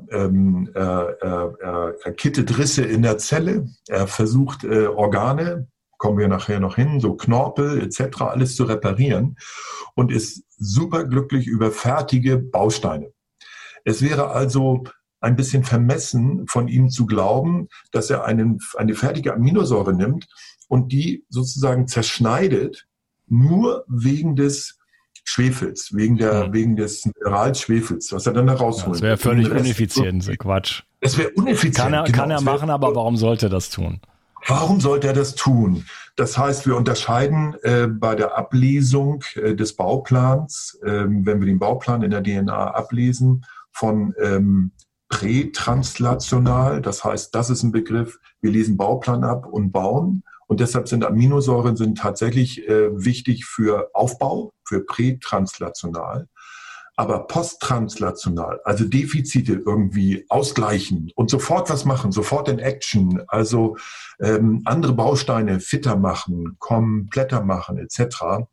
kittet Risse in der Zelle, er versucht Organe, kommen wir nachher noch hin, so Knorpel etc., alles zu reparieren und ist superglücklich über fertige Bausteine. Es wäre also ein bisschen vermessen von ihm zu glauben, dass er eine fertige Aminosäure nimmt und die sozusagen zerschneidet, nur wegen des Schwefels, wegen des Mineralschwefels, was er dann da rausholt. Das wäre völlig ineffizient, Quatsch. Das wäre ineffizient. Kann er machen, aber warum sollte er das tun? Warum sollte er das tun? Das heißt, wir unterscheiden bei der Ablesung des Bauplans, wenn wir den Bauplan in der DNA ablesen, von prätranslational, das heißt, das ist ein Begriff, wir lesen Bauplan ab und bauen und deshalb sind Aminosäuren tatsächlich wichtig für Aufbau, für prätranslational, aber posttranslational, also Defizite irgendwie ausgleichen und sofort was machen, sofort in Action, also andere Bausteine fitter machen, kompletter machen etc.,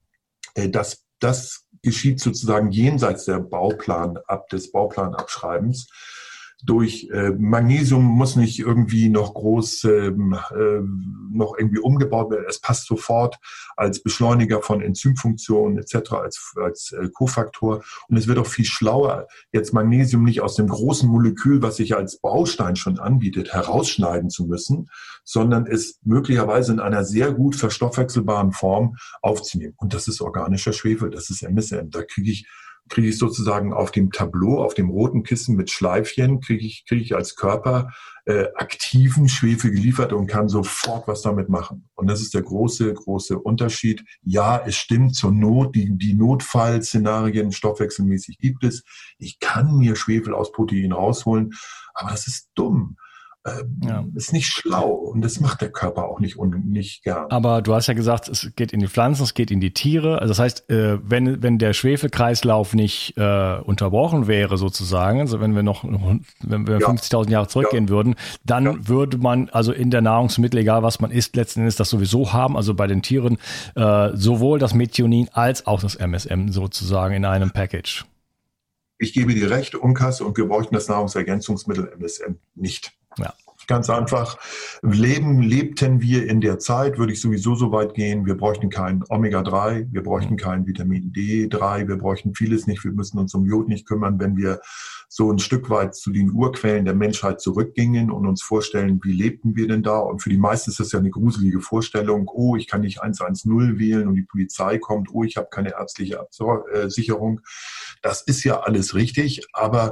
das geschieht sozusagen jenseits des Bauplanabschreibens. Durch Magnesium muss nicht irgendwie noch groß noch irgendwie umgebaut werden. Es passt sofort als Beschleuniger von Enzymfunktionen etc., als Kofaktor. Und es wird auch viel schlauer, jetzt Magnesium nicht aus dem großen Molekül, was sich als Baustein schon anbietet, herausschneiden zu müssen, sondern es möglicherweise in einer sehr gut verstoffwechselbaren Form aufzunehmen. Und das ist organischer Schwefel, das ist MSM. Da kriege ich sozusagen auf dem Tableau, auf dem roten Kissen mit Schleifchen, kriege ich als Körper aktiven Schwefel geliefert und kann sofort was damit machen. Und das ist der große, große Unterschied. Ja, es stimmt, zur Not, die Notfallszenarien stoffwechselmäßig gibt es. Ich kann mir Schwefel aus Protein rausholen, aber das ist dumm. Ist nicht schlau und das macht der Körper auch nicht gern. Aber du hast ja gesagt, es geht in die Pflanzen, es geht in die Tiere. Also das heißt, wenn der Schwefelkreislauf nicht unterbrochen wäre sozusagen, also wenn wir 50.000 Jahre zurückgehen würden, dann würde man also in der Nahrungsmittel, egal was man isst, letzten Endes das sowieso haben, also bei den Tieren sowohl das Methionin als auch das MSM sozusagen in einem Package. Ich gebe dir recht, Unkas, und wir bräuchten das Nahrungsergänzungsmittel MSM nicht. Ja. Ganz einfach. Lebten wir in der Zeit, würde ich sowieso so weit gehen, wir bräuchten kein Omega-3, wir bräuchten kein Vitamin D3, wir bräuchten vieles nicht, wir müssen uns um Jod nicht kümmern, wenn wir so ein Stück weit zu den Urquellen der Menschheit zurückgingen und uns vorstellen, wie lebten wir denn da? Und für die meisten ist das ja eine gruselige Vorstellung, oh, ich kann nicht 110 wählen und die Polizei kommt, oh, ich habe keine ärztliche Sicherung. Das ist ja alles richtig, aber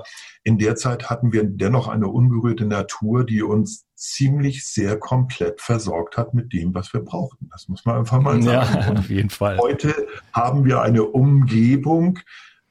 In der Zeit hatten wir dennoch eine unberührte Natur, die uns ziemlich sehr komplett versorgt hat mit dem, was wir brauchten. Das muss man einfach mal sagen. Ja, auf jeden Fall. Heute haben wir eine Umgebung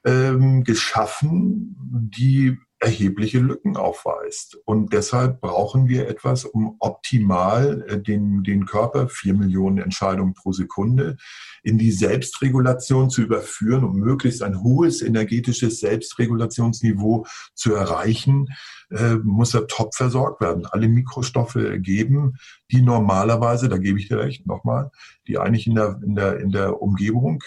geschaffen, die erhebliche Lücken aufweist. Und deshalb brauchen wir etwas, um optimal den Körper, 4 Millionen Entscheidungen pro Sekunde, in die Selbstregulation zu überführen, um möglichst ein hohes energetisches Selbstregulationsniveau zu erreichen, muss er top versorgt werden. Alle Mikrostoffe geben, die normalerweise, da gebe ich dir recht, nochmal, die eigentlich in der Umgebung,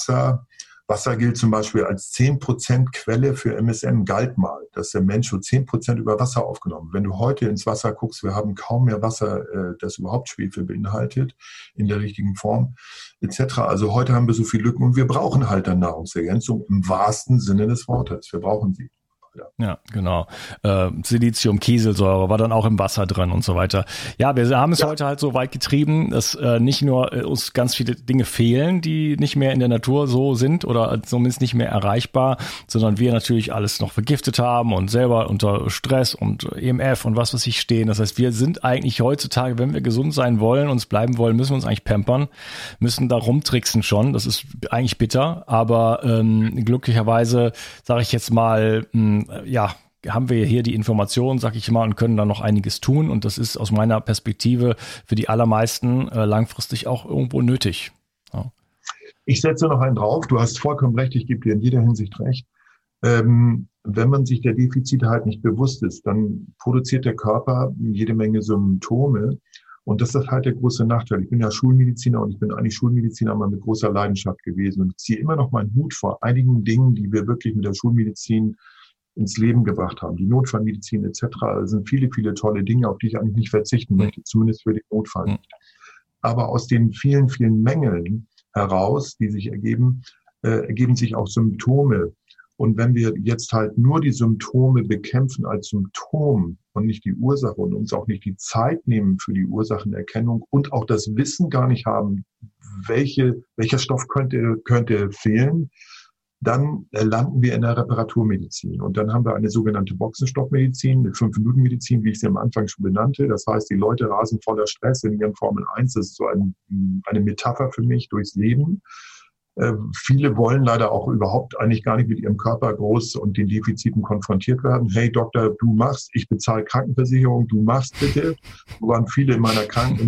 Wasser gilt zum Beispiel als 10% Quelle für MSM, galt mal, dass der Mensch so 10% über Wasser aufgenommen. Wenn du heute ins Wasser guckst, wir haben kaum mehr Wasser, das überhaupt Schwefel beinhaltet, in der richtigen Form, etc. Also heute haben wir so viele Lücken und wir brauchen halt dann Nahrungsergänzung im wahrsten Sinne des Wortes. Wir brauchen sie. Ja, genau. Silizium, Kieselsäure war dann auch im Wasser drin und so weiter. Ja, wir haben es heute halt so weit getrieben, dass nicht nur uns ganz viele Dinge fehlen, die nicht mehr in der Natur so sind oder zumindest nicht mehr erreichbar, sondern wir natürlich alles noch vergiftet haben und selber unter Stress und EMF und was weiß ich stehen. Das heißt, wir sind eigentlich heutzutage, wenn wir gesund sein wollen, uns bleiben wollen, müssen wir uns eigentlich pampern, müssen da rumtricksen schon. Das ist eigentlich bitter, aber glücklicherweise, sage ich jetzt mal, haben wir hier die Informationen, sag ich mal, und können da noch einiges tun. Und das ist aus meiner Perspektive für die allermeisten langfristig auch irgendwo nötig. Ja. Ich setze noch einen drauf. Du hast vollkommen recht. Ich gebe dir in jeder Hinsicht recht. Wenn man sich der Defizite halt nicht bewusst ist, dann produziert der Körper jede Menge Symptome. Und das ist halt der große Nachteil. Ich bin ja Schulmediziner und ich bin eigentlich Schulmediziner mal mit großer Leidenschaft gewesen. Und ich ziehe immer noch meinen Hut vor einigen Dingen, die wir wirklich mit der Schulmedizin ins Leben gebracht haben. Die Notfallmedizin etc. Das sind viele, viele tolle Dinge, auf die ich eigentlich nicht verzichten möchte, zumindest für den Notfall nicht. Aber aus den vielen, vielen Mängeln heraus, die sich ergeben, ergeben sich auch Symptome. Und wenn wir jetzt halt nur die Symptome bekämpfen als Symptom und nicht die Ursache und uns auch nicht die Zeit nehmen für die Ursachenerkennung und auch das Wissen gar nicht haben, welcher Stoff könnte fehlen, dann landen wir in der Reparaturmedizin. Und dann haben wir eine sogenannte Boxenstoffmedizin, eine 5-Minuten-Medizin, wie ich sie am Anfang schon benannte. Das heißt, die Leute rasen voller Stress in ihren Formel 1. Das ist so eine Metapher für mich durchs Leben. Viele wollen leider auch überhaupt eigentlich gar nicht mit ihrem Körper groß und den Defiziten konfrontiert werden. Hey Doktor, du machst, ich bezahle Krankenversicherung, du machst bitte. So waren viele in meiner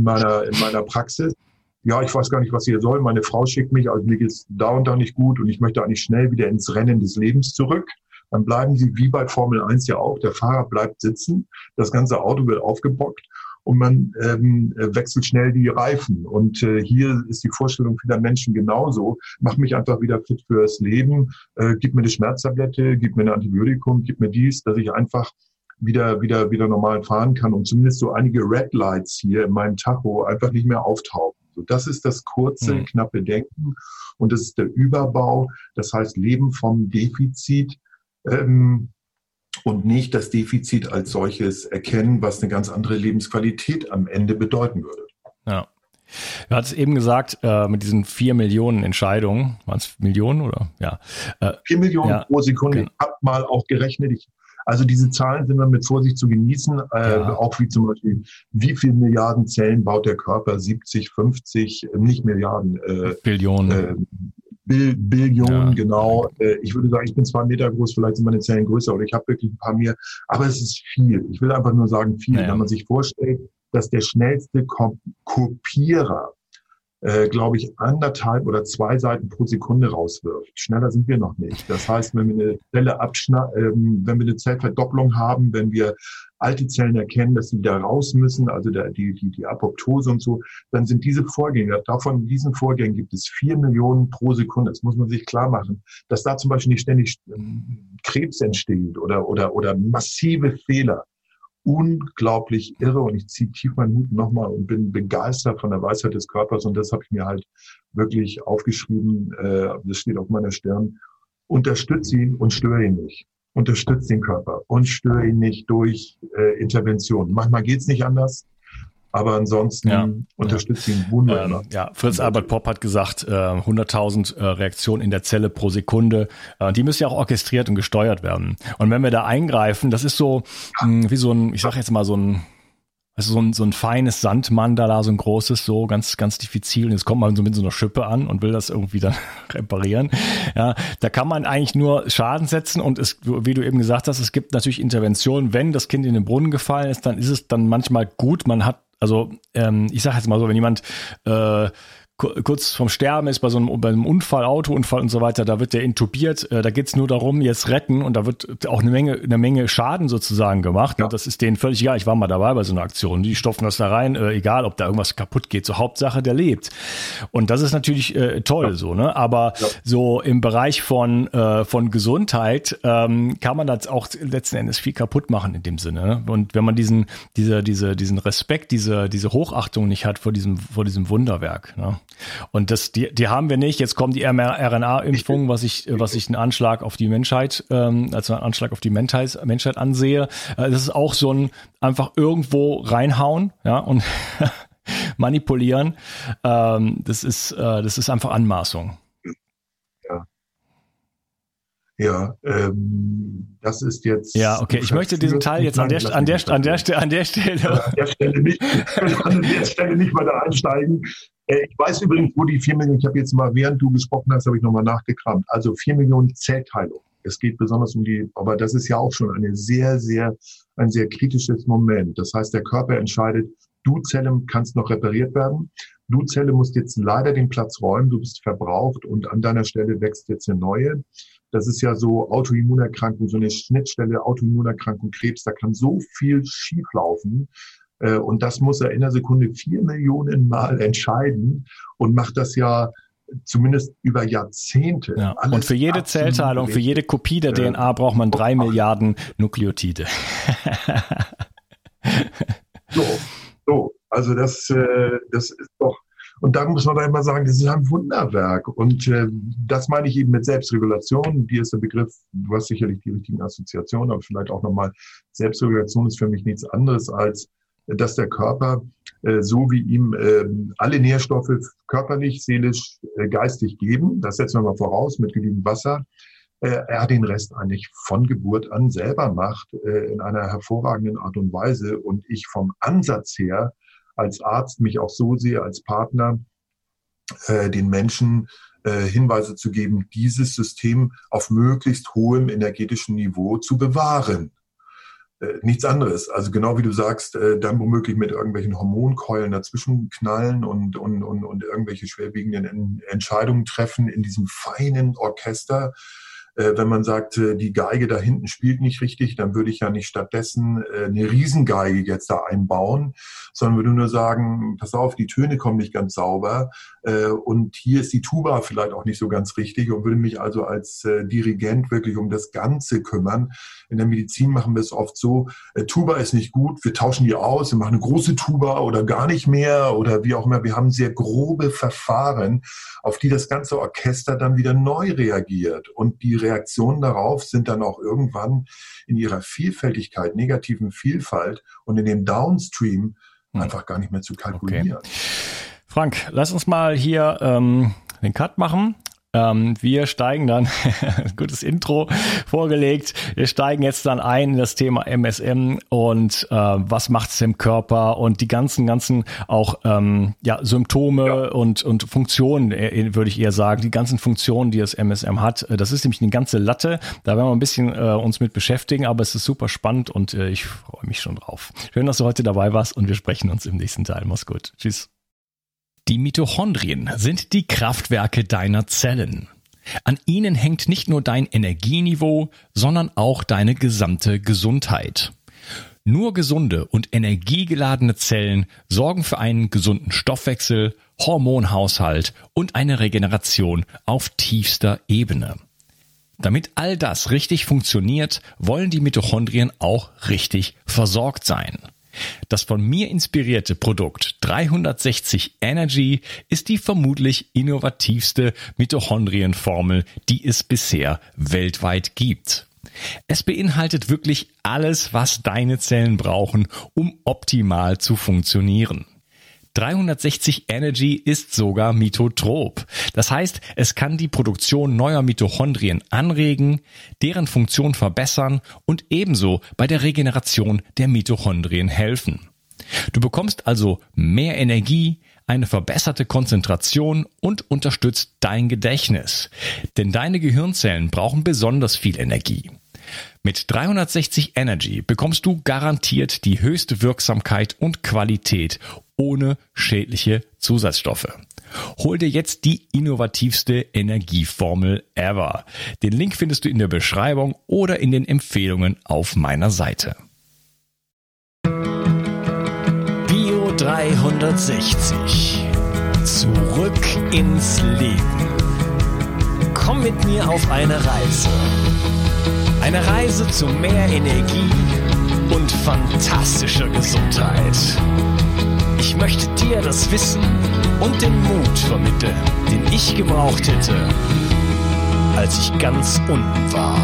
Praxis. Ja, ich weiß gar nicht, was hier soll. Meine Frau schickt mich, also mir geht's da und da nicht gut und ich möchte eigentlich schnell wieder ins Rennen des Lebens zurück. Dann bleiben sie wie bei Formel 1 ja auch. Der Fahrer bleibt sitzen, das ganze Auto wird aufgebockt und man wechselt schnell die Reifen. Und hier ist die Vorstellung vieler Menschen genauso. Mach mich einfach wieder fit fürs Leben, gib mir eine Schmerztablette, gib mir ein Antibiotikum, gib mir dies, dass ich einfach wieder normal fahren kann und zumindest so einige Red Lights hier in meinem Tacho einfach nicht mehr auftauchen. So, das ist das kurze, knappe Denken und das ist der Überbau. Das heißt, Leben vom Defizit und nicht das Defizit als solches erkennen, was eine ganz andere Lebensqualität am Ende bedeuten würde. Ja. Du hattest eben gesagt, mit diesen 4 Millionen Entscheidungen, waren es Millionen oder? Ja. 4 Millionen pro Sekunde. Ich habe mal auch gerechnet, also diese Zahlen sind wir mit Vorsicht zu genießen, auch wie zum Beispiel, wie viele Milliarden Zellen baut der Körper? 70, 50, nicht Milliarden. Billionen. Billionen, genau. Ich würde sagen, ich bin 2 Meter groß, vielleicht sind meine Zellen größer oder ich habe wirklich ein paar mehr, aber es ist viel. Ich will einfach nur sagen, viel. Wenn man sich vorstellt, dass der schnellste Kopierer, glaube ich, 1,5 oder 2 Seiten pro Sekunde rauswirft. Schneller sind wir noch nicht. Das heißt, wenn wir wenn wir eine Zellverdopplung haben, wenn wir alte Zellen erkennen, dass sie wieder raus müssen, also die Apoptose und so, dann sind diese Vorgänge, diesen Vorgängen gibt es 4 Millionen pro Sekunde. Das muss man sich klar machen, dass da zum Beispiel nicht ständig Krebs entsteht oder massive Fehler. Unglaublich irre und ich ziehe tief meinen Hut nochmal und bin begeistert von der Weisheit des Körpers und das habe ich mir halt wirklich aufgeschrieben, das steht auf meiner Stirn. Unterstütze ihn und störe ihn nicht. Unterstütze den Körper und störe ihn nicht durch Intervention. Manchmal geht's nicht anders, Aber ansonsten unterstützt ihn wunderbar. Fritz Albert Popp hat gesagt, 100.000 Reaktionen in der Zelle pro Sekunde. Die müssen ja auch orchestriert und gesteuert werden. Und wenn wir da eingreifen, das ist so wie so ein, ich sag jetzt mal so ein feines Sandmandala, so ein großes, so ganz, ganz diffizil. Und jetzt kommt man so mit so einer Schippe an und will das irgendwie dann reparieren. Ja, da kann man eigentlich nur Schaden setzen und es, wie du eben gesagt hast, es gibt natürlich Interventionen. Wenn das Kind in den Brunnen gefallen ist, dann ist es dann manchmal gut. Man hat, ich sage jetzt mal so, wenn jemand kurz vorm Sterben ist bei bei einem Unfall, Autounfall und so weiter, da wird der intubiert, da geht's nur darum, jetzt retten und da wird auch eine Menge Schaden sozusagen gemacht. Ja. Das ist denen völlig egal. Ich war mal dabei bei so einer Aktion. Die stopfen das da rein, egal ob da irgendwas kaputt geht. So Hauptsache, der lebt. Und das ist natürlich toll, so, ne? Aber so im Bereich von Gesundheit kann man das auch letzten Endes viel kaputt machen in dem Sinne. Ne? Und wenn man diesen Respekt, diese Hochachtung nicht hat vor diesem Wunderwerk, ne? Und die haben wir nicht. Jetzt kommen die mRNA-Impfungen, was ich einen Anschlag auf die Menschheit, als einen Anschlag auf die Menschheit ansehe. Das ist auch so ein einfach irgendwo reinhauen, ja, und manipulieren. Das ist einfach Anmaßung. Ja, das ist jetzt. Ja, okay. Ich möchte diesen Teil jetzt an der Stelle. An der Stelle nicht. An der Stelle nicht weiter einsteigen. Ich weiß übrigens, wo die 4 Millionen, ich habe jetzt mal, während du gesprochen hast, habe ich nochmal nachgekramt. Also 4 Millionen Zellteilung. Es geht besonders um aber das ist ja auch schon ein sehr kritisches Moment. Das heißt, der Körper entscheidet, du Zelle kannst noch repariert werden. Du Zelle musst jetzt leider den Platz räumen, du bist verbraucht und an deiner Stelle wächst jetzt eine neue. Das ist ja so Autoimmunerkrankung, so eine Schnittstelle, Autoimmunerkrankung, Krebs, da kann so viel schieflaufen. Und das muss er in einer Sekunde 4 Millionen Mal entscheiden und macht das ja zumindest über Jahrzehnte. Ja. Und für jede Zellteilung, für jede Kopie der DNA braucht man 3 Milliarden Nukleotide. So. Also das ist doch, und da muss man dann immer sagen, das ist ein Wunderwerk. Und das meine ich eben mit Selbstregulation. Dir ist der Begriff, du hast sicherlich die richtigen Assoziationen, aber vielleicht auch nochmal, Selbstregulation ist für mich nichts anderes als, dass der Körper, so wie ihm alle Nährstoffe körperlich, seelisch, geistig geben, das setzen wir mal voraus mit genügend Wasser, er den Rest eigentlich von Geburt an selber macht, in einer hervorragenden Art und Weise. Und ich vom Ansatz her als Arzt mich auch so sehe, als Partner, den Menschen Hinweise zu geben, dieses System auf möglichst hohem energetischen Niveau zu bewahren. Nichts anderes. Also genau wie du sagst, dann womöglich mit irgendwelchen Hormonkeulen dazwischen knallen und irgendwelche schwerwiegenden Entscheidungen treffen in diesem feinen Orchester. Wenn man sagt, die Geige da hinten spielt nicht richtig, dann würde ich ja nicht stattdessen eine Riesengeige jetzt da einbauen, sondern würde nur sagen, pass auf, die Töne kommen nicht ganz sauber und hier ist die Tuba vielleicht auch nicht so ganz richtig und würde mich also als Dirigent wirklich um das Ganze kümmern. In der Medizin machen wir es oft so, Tuba ist nicht gut, wir tauschen die aus, wir machen eine große Tuba oder gar nicht mehr oder wie auch immer. Wir haben sehr grobe Verfahren, auf die das ganze Orchester dann wieder neu reagiert und die Reaktionen darauf sind dann auch irgendwann in ihrer Vielfältigkeit, negativen Vielfalt und in dem Downstream einfach gar nicht mehr zu kalkulieren. Okay. Frank, lass uns mal hier den Cut machen. Wir steigen dann, gutes Intro vorgelegt, wir steigen jetzt dann ein in das Thema MSM und was macht es im Körper und die ganzen auch Symptome und Funktionen, würde ich eher sagen, die ganzen Funktionen, die das MSM hat. Das ist nämlich eine ganze Latte, da werden wir ein bisschen uns mit beschäftigen, aber es ist super spannend und ich freue mich schon drauf. Schön, dass du heute dabei warst und wir sprechen uns im nächsten Teil. Mach's gut. Tschüss. Die Mitochondrien sind die Kraftwerke deiner Zellen. An ihnen hängt nicht nur dein Energieniveau, sondern auch deine gesamte Gesundheit. Nur gesunde und energiegeladene Zellen sorgen für einen gesunden Stoffwechsel, Hormonhaushalt und eine Regeneration auf tiefster Ebene. Damit all das richtig funktioniert, wollen die Mitochondrien auch richtig versorgt sein. Das von mir inspirierte Produkt 360 Energy ist die vermutlich innovativste Mitochondrienformel, die es bisher weltweit gibt. Es beinhaltet wirklich alles, was deine Zellen brauchen, um optimal zu funktionieren. 360 Energy ist sogar mitotrop. Das heißt, es kann die Produktion neuer Mitochondrien anregen, deren Funktion verbessern und ebenso bei der Regeneration der Mitochondrien helfen. Du bekommst also mehr Energie, eine verbesserte Konzentration und unterstützt dein Gedächtnis. Denn deine Gehirnzellen brauchen besonders viel Energie. Mit 360 Energy bekommst du garantiert die höchste Wirksamkeit und Qualität ohne schädliche Zusatzstoffe. Hol dir jetzt die innovativste Energieformel ever. Den Link findest du in der Beschreibung oder in den Empfehlungen auf meiner Seite. Bio 360. Zurück ins Leben. Komm mit mir auf eine Reise. Eine Reise zu mehr Energie und fantastischer Gesundheit. Ich möchte dir das Wissen und den Mut vermitteln, den ich gebraucht hätte, als ich ganz unten war.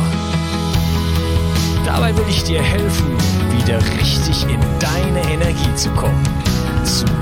Dabei will ich dir helfen, wieder richtig in deine Energie zu kommen. Zurück